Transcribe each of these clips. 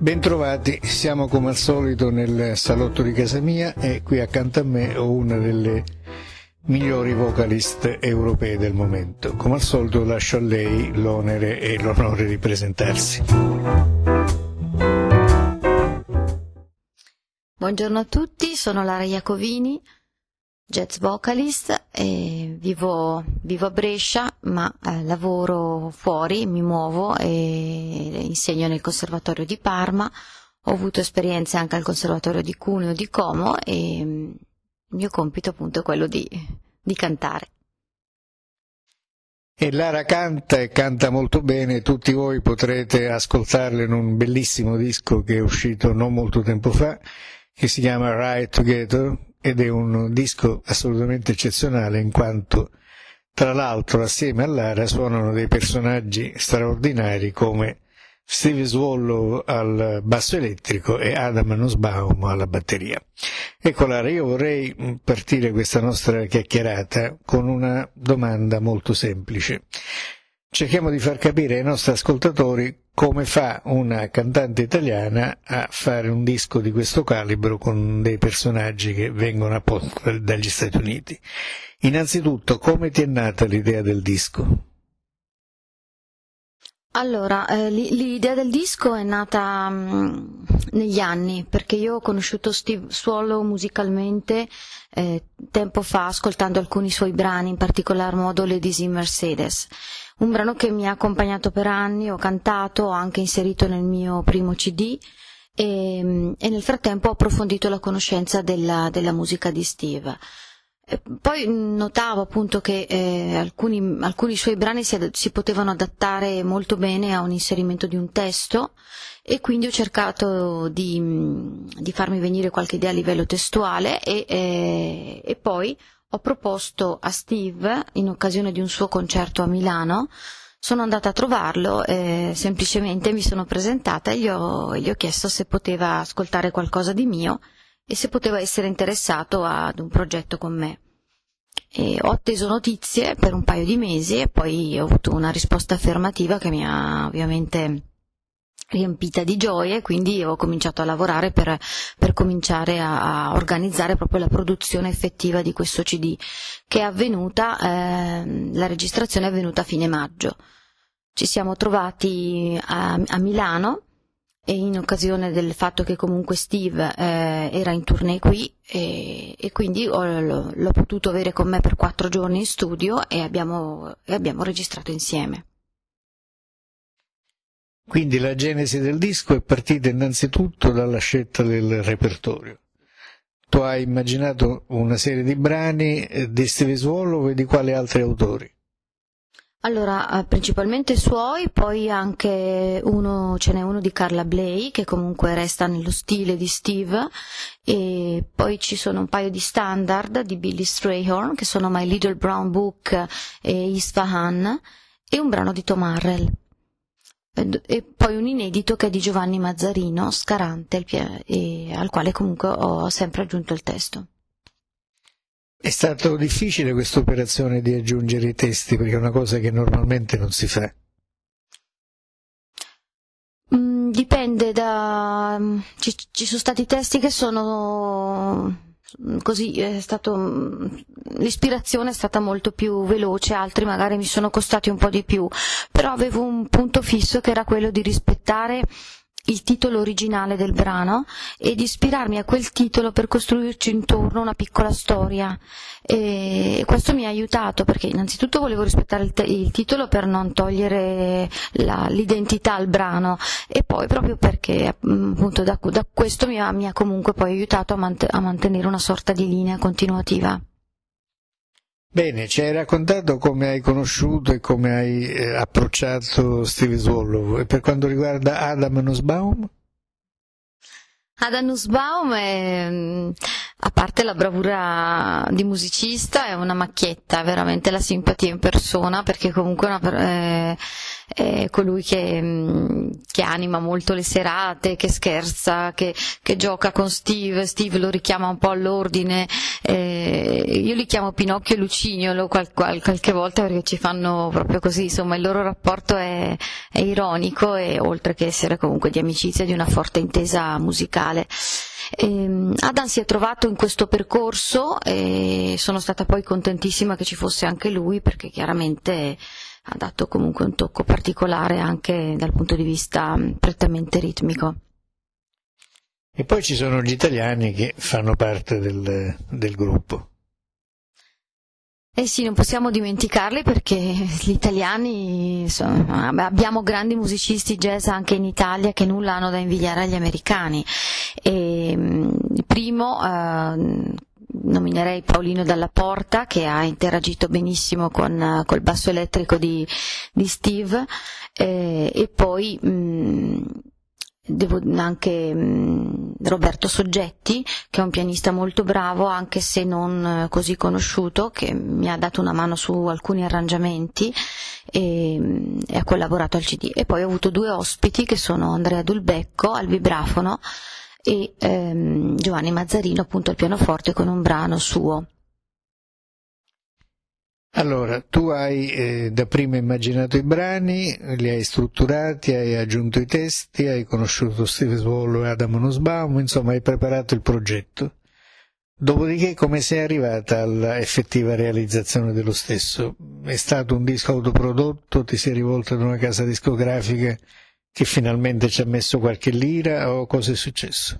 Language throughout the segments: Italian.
Bentrovati, siamo come al solito nel salotto di casa mia e qui accanto a me ho una delle migliori vocalist europee del momento. Come al solito lascio a lei l'onere e l'onore di presentarsi. Buongiorno a tutti, sono Lara Iacovini, jazz vocalist, e vivo a Brescia, ma lavoro fuori, mi muovo e insegno nel Conservatorio di Parma. Ho avuto esperienze anche al Conservatorio di Cuneo, di Como, e il mio compito appunto è quello di cantare. E Lara canta e canta molto bene, tutti voi potrete ascoltarla in un bellissimo disco che è uscito non molto tempo fa, che si chiama Ride Together, ed è un disco assolutamente eccezionale in quanto, tra l'altro, assieme a Lara suonano dei personaggi straordinari come Steve Swallow al basso elettrico e Adam Nussbaum alla batteria. Ecco Lara, io vorrei partire questa nostra chiacchierata con una domanda molto semplice. Cerchiamo di far capire ai nostri ascoltatori come fa una cantante italiana a fare un disco di questo calibro con dei personaggi che vengono apposta dagli Stati Uniti. Innanzitutto, come ti è nata l'idea del disco? Allora, l'idea del disco è nata negli anni, perché io ho conosciuto Steve Swallow musicalmente tempo fa, ascoltando alcuni suoi brani, in particolar modo Ladies in Mercedes. Un brano che mi ha accompagnato per anni, ho cantato, ho anche inserito nel mio primo CD e nel frattempo ho approfondito la conoscenza della musica di Steve. Poi notavo appunto che alcuni suoi brani si potevano adattare molto bene a un inserimento di un testo e quindi ho cercato di farmi venire qualche idea a livello testuale e poi ho proposto a Steve, in occasione di un suo concerto a Milano, sono andata a trovarlo, semplicemente mi sono presentata e gli ho chiesto se poteva ascoltare qualcosa di mio e se poteva essere interessato ad un progetto con me. E ho atteso notizie per un paio di mesi e poi ho avuto una risposta affermativa che mi ha ovviamente riempita di gioia, e quindi ho cominciato a lavorare per cominciare a organizzare proprio la produzione effettiva di questo CD, che è avvenuta, la registrazione è avvenuta a fine maggio. Ci siamo trovati a Milano e in occasione del fatto che comunque Steve era in tournée qui e quindi l'ho potuto avere con me per 4 giorni in studio e abbiamo registrato insieme. Quindi la genesi del disco è partita innanzitutto dalla scelta del repertorio. Tu hai immaginato una serie di brani di Steve Swallow e di quali altri autori? Allora, principalmente suoi, poi anche ce n'è uno di Carla Bley, che comunque resta nello stile di Steve, e poi ci sono un paio di standard di Billy Strayhorn, che sono My Little Brown Book e Isfahan, e un brano di Tom Arrell. E poi un inedito che è di Giovanni Mazzarino, Scarante, al quale comunque ho sempre aggiunto il testo. È stato difficile questa operazione di aggiungere i testi, perché è una cosa che normalmente non si fa. Dipende ci sono stati testi che sono così, l'ispirazione è stata molto più veloce, altri magari mi sono costati un po' di più, però avevo un punto fisso che era quello di rispettare il titolo originale del brano e di ispirarmi a quel titolo per costruirci intorno una piccola storia, e questo mi ha aiutato perché innanzitutto volevo rispettare il titolo per non togliere l'identità al brano, e poi proprio perché appunto da questo mi ha comunque poi aiutato a mantenere una sorta di linea continuativa. Bene, ci hai raccontato come hai conosciuto e come hai approcciato Steve Swallow, e per quanto riguarda Adam Nussbaum? Adam Nussbaum a parte la bravura di musicista, è una macchietta, veramente la simpatia in persona, perché comunque è colui che anima molto le serate, che scherza, che gioca con Steve lo richiama un po' all'ordine, io li chiamo Pinocchio e Lucignolo qualche volta perché ci fanno proprio così, insomma il loro rapporto è ironico, e oltre che essere comunque di amicizia, di una forte intesa musicale. Adam si è trovato in questo percorso e sono stata poi contentissima che ci fosse anche lui, perché chiaramente ha dato comunque un tocco particolare anche dal punto di vista prettamente ritmico. E poi ci sono gli italiani che fanno parte del gruppo. Eh sì, non possiamo dimenticarli, perché gli italiani, insomma, abbiamo grandi musicisti jazz anche in Italia che nulla hanno da invidiare agli americani. Il primo nominerei Paolino Dalla Porta, che ha interagito benissimo col basso elettrico di Steve, e poi devo anche Roberto Soggetti, che è un pianista molto bravo, anche se non così conosciuto, che mi ha dato una mano su alcuni arrangiamenti e ha collaborato al CD. E poi ho avuto due ospiti, che sono Andrea Dulbecco al vibrafono e Giovanni Mazzarino appunto al pianoforte con un brano suo. Allora, tu hai dapprima immaginato i brani, li hai strutturati, hai aggiunto i testi, hai conosciuto Steve Swallow e Adam Nussbaum, insomma hai preparato il progetto. Dopodiché come sei arrivata alla effettiva realizzazione dello stesso? È stato un disco autoprodotto, ti sei rivolta ad una casa discografica che finalmente ci ha messo qualche lira, o cosa è successo?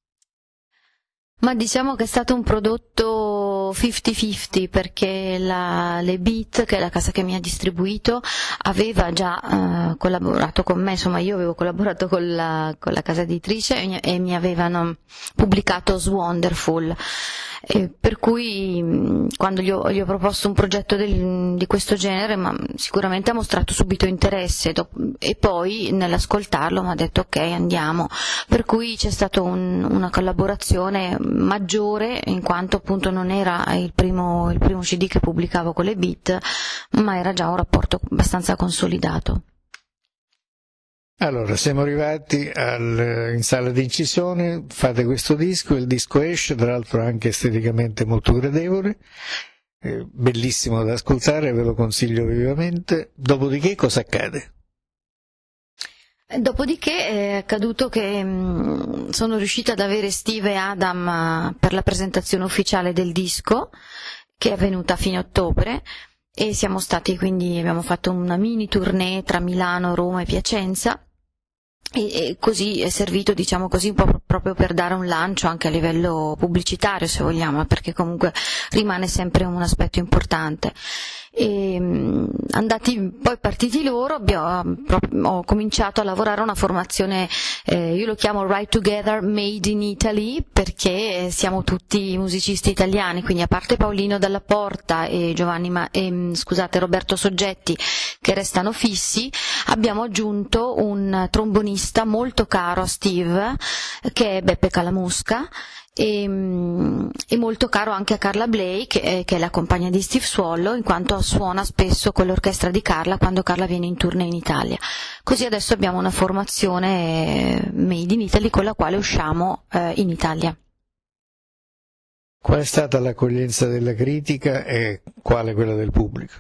Ma diciamo che è stato un prodotto 50-50, perché le Beat, che è la casa che mi ha distribuito, aveva già collaborato con me, insomma io avevo collaborato con la casa editrice e mi avevano pubblicato Wonderful. Per cui quando gli ho proposto un progetto di questo genere, ma sicuramente ha mostrato subito interesse, e poi nell'ascoltarlo mi ha detto ok, andiamo, per cui c'è stata una collaborazione maggiore, in quanto appunto non era il primo CD che pubblicavo con le Beat, ma era già un rapporto abbastanza consolidato. Allora, siamo arrivati in sala di incisione, fate questo disco, il disco esce, tra l'altro anche esteticamente molto gradevole, bellissimo da ascoltare, ve lo consiglio vivamente. Dopodiché cosa accade? Dopodiché è accaduto che sono riuscita ad avere Steve e Adam per la presentazione ufficiale del disco, che è avvenuta a fine ottobre, e abbiamo fatto una mini tournée tra Milano, Roma e Piacenza, e così è servito, diciamo così, un po' proprio per dare un lancio anche a livello pubblicitario, se vogliamo, perché comunque rimane sempre un aspetto importante. Poi partiti loro, ho cominciato a lavorare a una formazione, io lo chiamo Right Together Made in Italy, perché siamo tutti musicisti italiani, quindi a parte Paolino Dalla Porta e Roberto Soggetti, che restano fissi, abbiamo aggiunto un trombonista molto caro a Steve, che è Beppe Calamusca, e molto caro anche a Carla Blake, che è la compagna di Steve Swallow, in quanto suona spesso con l'orchestra di Carla quando Carla viene in tournée in Italia. Così adesso abbiamo una formazione made in Italy con la quale usciamo in Italia. Qual è stata l'accoglienza della critica e quale quella del pubblico?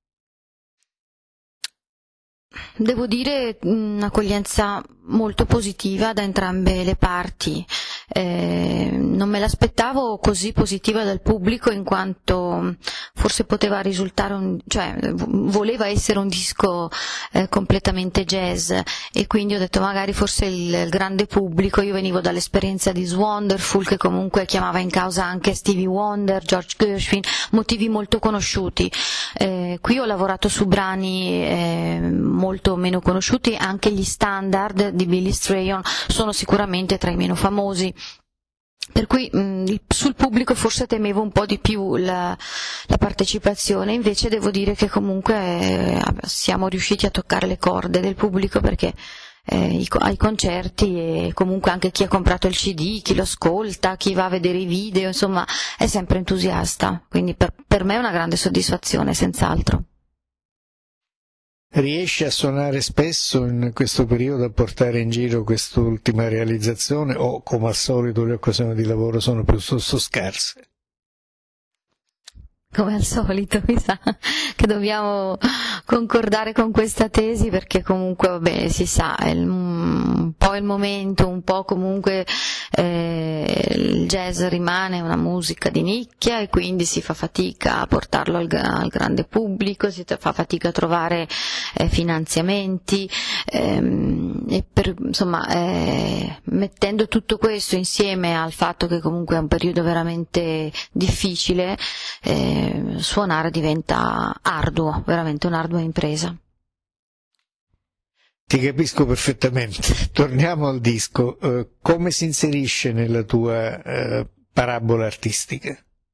Devo dire un'accoglienza molto positiva da entrambe le parti. Non me l'aspettavo così positiva dal pubblico, in quanto forse poteva risultare voleva essere un disco completamente jazz, e quindi ho detto magari forse il grande pubblico, io venivo dall'esperienza di Wonderful, che comunque chiamava in causa anche Stevie Wonder, George Gershwin, motivi molto conosciuti. Qui ho lavorato su brani molto meno conosciuti, anche gli standard di Billy Strayhorn sono sicuramente tra i meno famosi, per cui sul pubblico forse temevo un po' di più la partecipazione. Invece devo dire che comunque siamo riusciti a toccare le corde del pubblico, perché ai concerti, e comunque anche chi ha comprato il CD, chi lo ascolta, chi va a vedere i video, insomma è sempre entusiasta, quindi per me è una grande soddisfazione, senz'altro. Riesci a suonare spesso in questo periodo, a portare in giro quest'ultima realizzazione, o come al solito le occasioni di lavoro sono piuttosto scarse? Come al solito, mi sa che dobbiamo concordare con questa tesi, perché comunque, vabbè, si sa, è un po' il momento, un po' comunque il jazz rimane una musica di nicchia e quindi si fa fatica a portarlo al grande pubblico, si fa fatica a trovare finanziamenti, insomma, mettendo tutto questo insieme al fatto che comunque è un periodo veramente difficile, suonare diventa arduo, veramente un'ardua impresa. Ti capisco perfettamente. Torniamo al disco. Come si inserisce nella tua parabola artistica?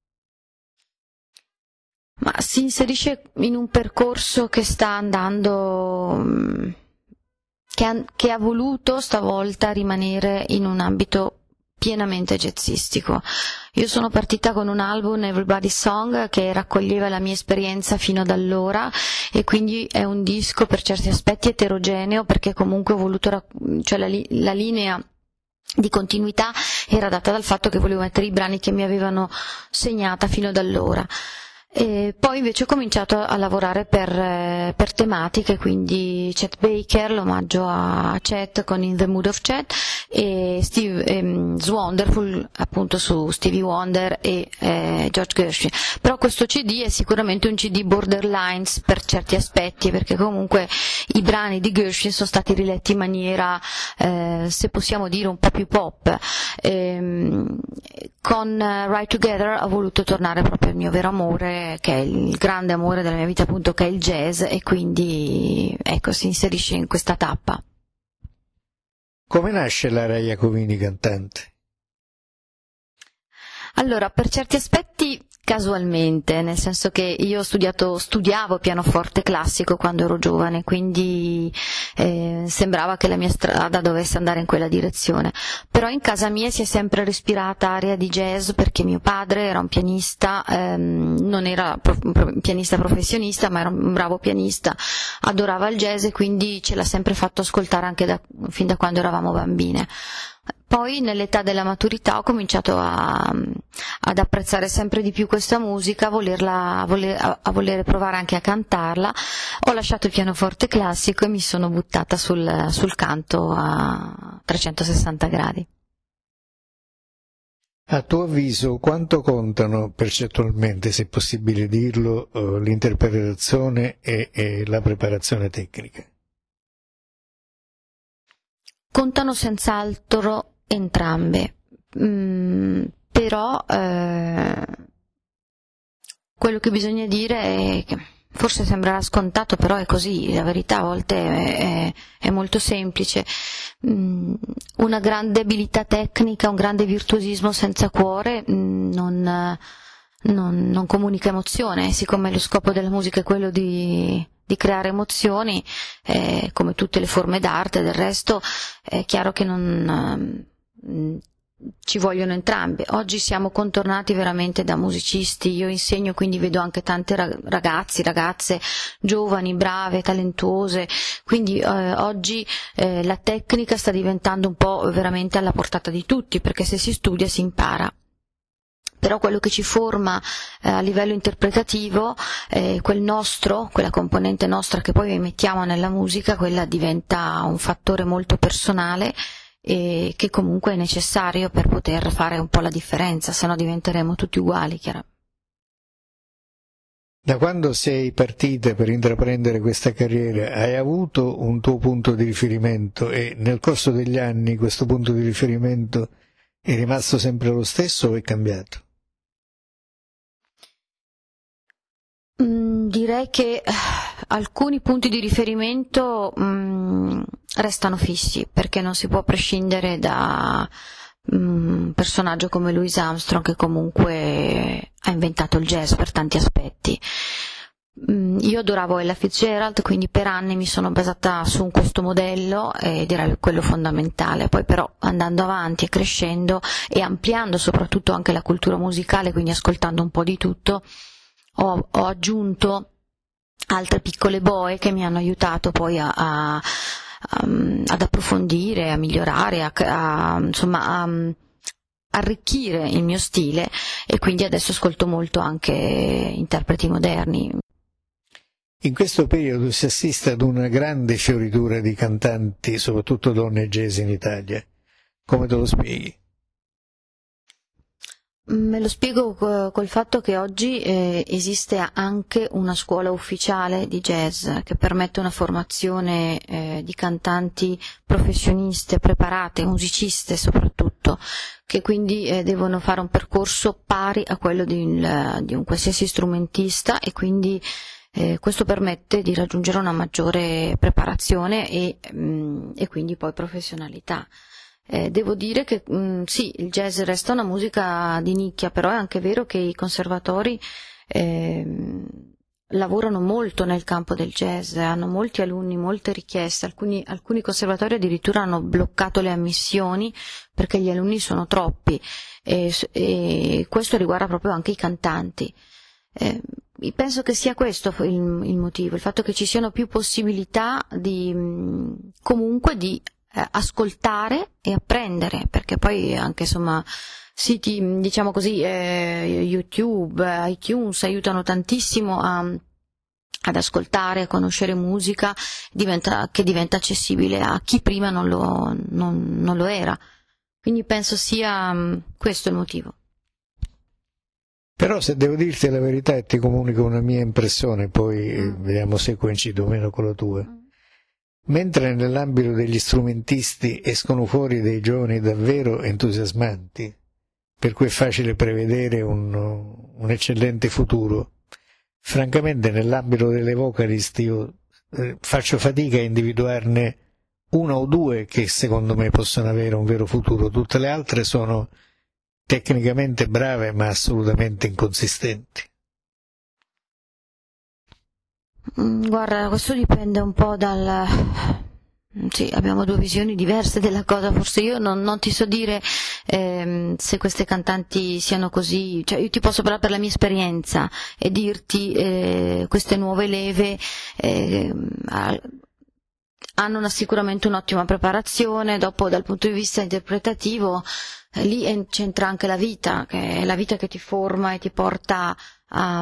Ma si inserisce in un percorso che sta andando, che ha voluto stavolta rimanere in un ambito pienamente jazzistico. Io sono partita con un album, Everybody's Song, che raccoglieva la mia esperienza fino ad allora, e quindi è un disco per certi aspetti eterogeneo, perché comunque ho voluto, cioè la linea di continuità era data dal fatto che volevo mettere i brani che mi avevano segnata fino ad allora. E poi invece ho cominciato a lavorare per tematiche, quindi Chet Baker, l'omaggio a Chet con In the Mood of Chet, e Wonderful appunto su Stevie Wonder e George Gershwin. Però questo CD è sicuramente un CD borderlines per certi aspetti, perché comunque i brani di Gershwin sono stati riletti in maniera, se possiamo dire, un po' più pop. Con Right Together ho voluto tornare proprio al mio vero amore, che è il grande amore della mia vita, appunto, che è il jazz, e quindi ecco, si inserisce in questa tappa. Come nasce Lara Iacovini cantante? Allora, per certi aspetti casualmente, nel senso che io studiavo pianoforte classico quando ero giovane, quindi sembrava che la mia strada dovesse andare in quella direzione. Però in casa mia si è sempre respirata aria di jazz, perché mio padre era un pianista, non era un pianista professionista, ma era un bravo pianista, adorava il jazz e quindi ce l'ha sempre fatto ascoltare anche fin da quando eravamo bambine. Poi nell'età della maturità ho cominciato ad apprezzare sempre di più questa musica, a voler provare anche a cantarla. Ho lasciato il pianoforte classico e mi sono buttata sul canto a 360 gradi. A tuo avviso, quanto contano percentualmente, se è possibile dirlo, l'interpretazione e la preparazione tecnica? Contano senz'altro entrambe, però quello che bisogna dire è che forse sembrerà scontato, però è così, la verità a volte è molto semplice. Una grande abilità tecnica, un grande virtuosismo senza cuore non comunica emozione. Siccome lo scopo della musica è quello di creare emozioni, come tutte le forme d'arte, del resto è chiaro che ci vogliono entrambe. Oggi siamo contornati veramente da musicisti, io insegno, quindi vedo anche tante ragazzi, ragazze giovani, brave, talentuose, quindi oggi la tecnica sta diventando un po' veramente alla portata di tutti, perché se si studia si impara. Però quello che ci forma a livello interpretativo, quella componente nostra che poi mettiamo nella musica, quella diventa un fattore molto personale e che comunque è necessario per poter fare un po' la differenza, se no diventeremo tutti uguali, chiaro. Da quando sei partita per intraprendere questa carriera, hai avuto un tuo punto di riferimento e nel corso degli anni questo punto di riferimento è rimasto sempre lo stesso o è cambiato? Direi che alcuni punti di riferimento restano fissi, perché non si può prescindere da un personaggio come Louis Armstrong, che comunque ha inventato il jazz per tanti aspetti. Io adoravo Ella Fitzgerald, quindi per anni mi sono basata su questo modello ed era quello fondamentale. Poi però andando avanti e crescendo e ampliando soprattutto anche la cultura musicale, quindi ascoltando un po' di tutto, ho aggiunto altre piccole boe che mi hanno aiutato poi ad approfondire, a migliorare, insomma arricchire il mio stile, e quindi adesso ascolto molto anche interpreti moderni. In questo periodo si assiste ad una grande fioritura di cantanti, soprattutto donne jazz in Italia. Come te lo spieghi? Me lo spiego col fatto che oggi esiste anche una scuola ufficiale di jazz che permette una formazione di cantanti professioniste, preparate, musiciste soprattutto, che quindi devono fare un percorso pari a quello di un qualsiasi strumentista, e quindi questo permette di raggiungere una maggiore preparazione e quindi poi professionalità. Devo dire che sì, il jazz resta una musica di nicchia, però è anche vero che i conservatori lavorano molto nel campo del jazz, hanno molti alunni, molte richieste, alcuni conservatori addirittura hanno bloccato le ammissioni perché gli alunni sono troppi, e questo riguarda proprio anche i cantanti. Penso che sia questo il motivo, il fatto che ci siano più possibilità comunque di ascoltare e apprendere, perché poi anche insomma siti, diciamo così, YouTube, iTunes aiutano tantissimo ad ascoltare, a conoscere musica che diventa accessibile a chi prima non lo era. Quindi penso sia questo il motivo. Però se devo dirti la verità e ti comunico una mia impressione, poi vediamo se coincide o meno con la tua. Mentre nell'ambito degli strumentisti escono fuori dei giovani davvero entusiasmanti, per cui è facile prevedere un eccellente futuro, francamente nell'ambito delle vocalist io faccio fatica a individuarne una o due che secondo me possono avere un vero futuro. Tutte le altre sono tecnicamente brave ma assolutamente inconsistenti. Guarda, questo dipende un po' sì, abbiamo due visioni diverse della cosa, forse io non ti so dire se queste cantanti siano così, cioè io ti posso parlare per la mia esperienza e dirti queste nuove leve hanno sicuramente un'ottima preparazione, dopo dal punto di vista interpretativo lì c'entra anche la vita, che è la vita che ti forma e ti porta a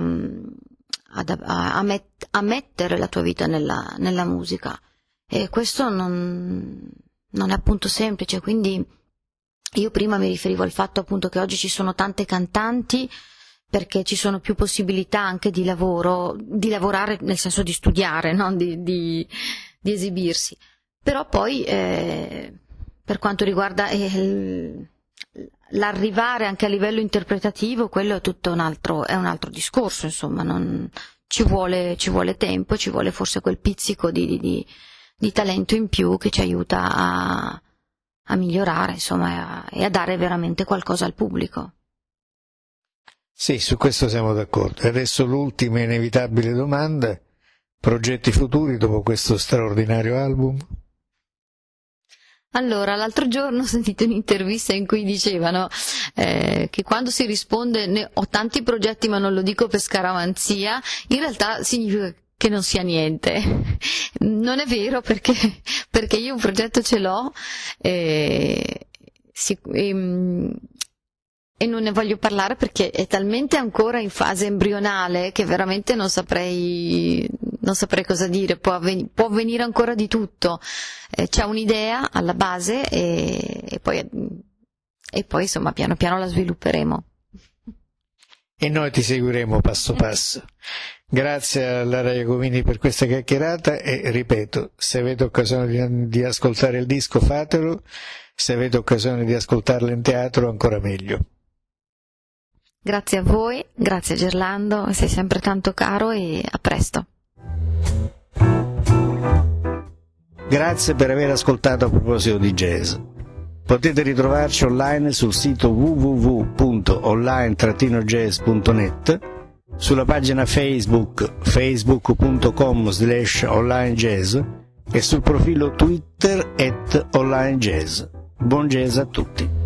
mettere la tua vita nella musica, e questo non è appunto semplice. Quindi io prima mi riferivo al fatto appunto che oggi ci sono tante cantanti perché ci sono più possibilità anche di lavorare nel senso di studiare, non di esibirsi, però poi per quanto riguarda l'arrivare anche a livello interpretativo, quello è tutto un altro discorso, insomma, ci vuole tempo, ci vuole forse quel pizzico di talento in più che ci aiuta a migliorare, insomma, e a dare veramente qualcosa al pubblico. Sì, su questo siamo d'accordo. Adesso l'ultima e inevitabile domanda: progetti futuri dopo questo straordinario album? Allora, l'altro giorno ho sentito un'intervista in cui dicevano che quando si risponde ho tanti progetti ma non lo dico per scaramanzia, in realtà significa che non sia niente. Non è vero, perché io un progetto ce l'ho e non ne voglio parlare perché è talmente ancora in fase embrionale che veramente non saprei cosa dire. Può avvenire ancora di tutto. C'è un'idea alla base e poi insomma piano piano la svilupperemo. E noi ti seguiremo passo passo. Grazie a Lara Iacomini per questa chiacchierata e ripeto, se avete occasione di ascoltare il disco fatelo, se avete occasione di ascoltarlo in teatro ancora meglio. Grazie a voi, grazie Gerlando, sei sempre tanto caro e a presto. Grazie per aver ascoltato A proposito di jazz. Potete ritrovarci online sul sito www.online-jazz.net, sulla pagina Facebook facebook.com/onlinejazz e sul profilo Twitter @onlinejazz. Buon jazz a tutti.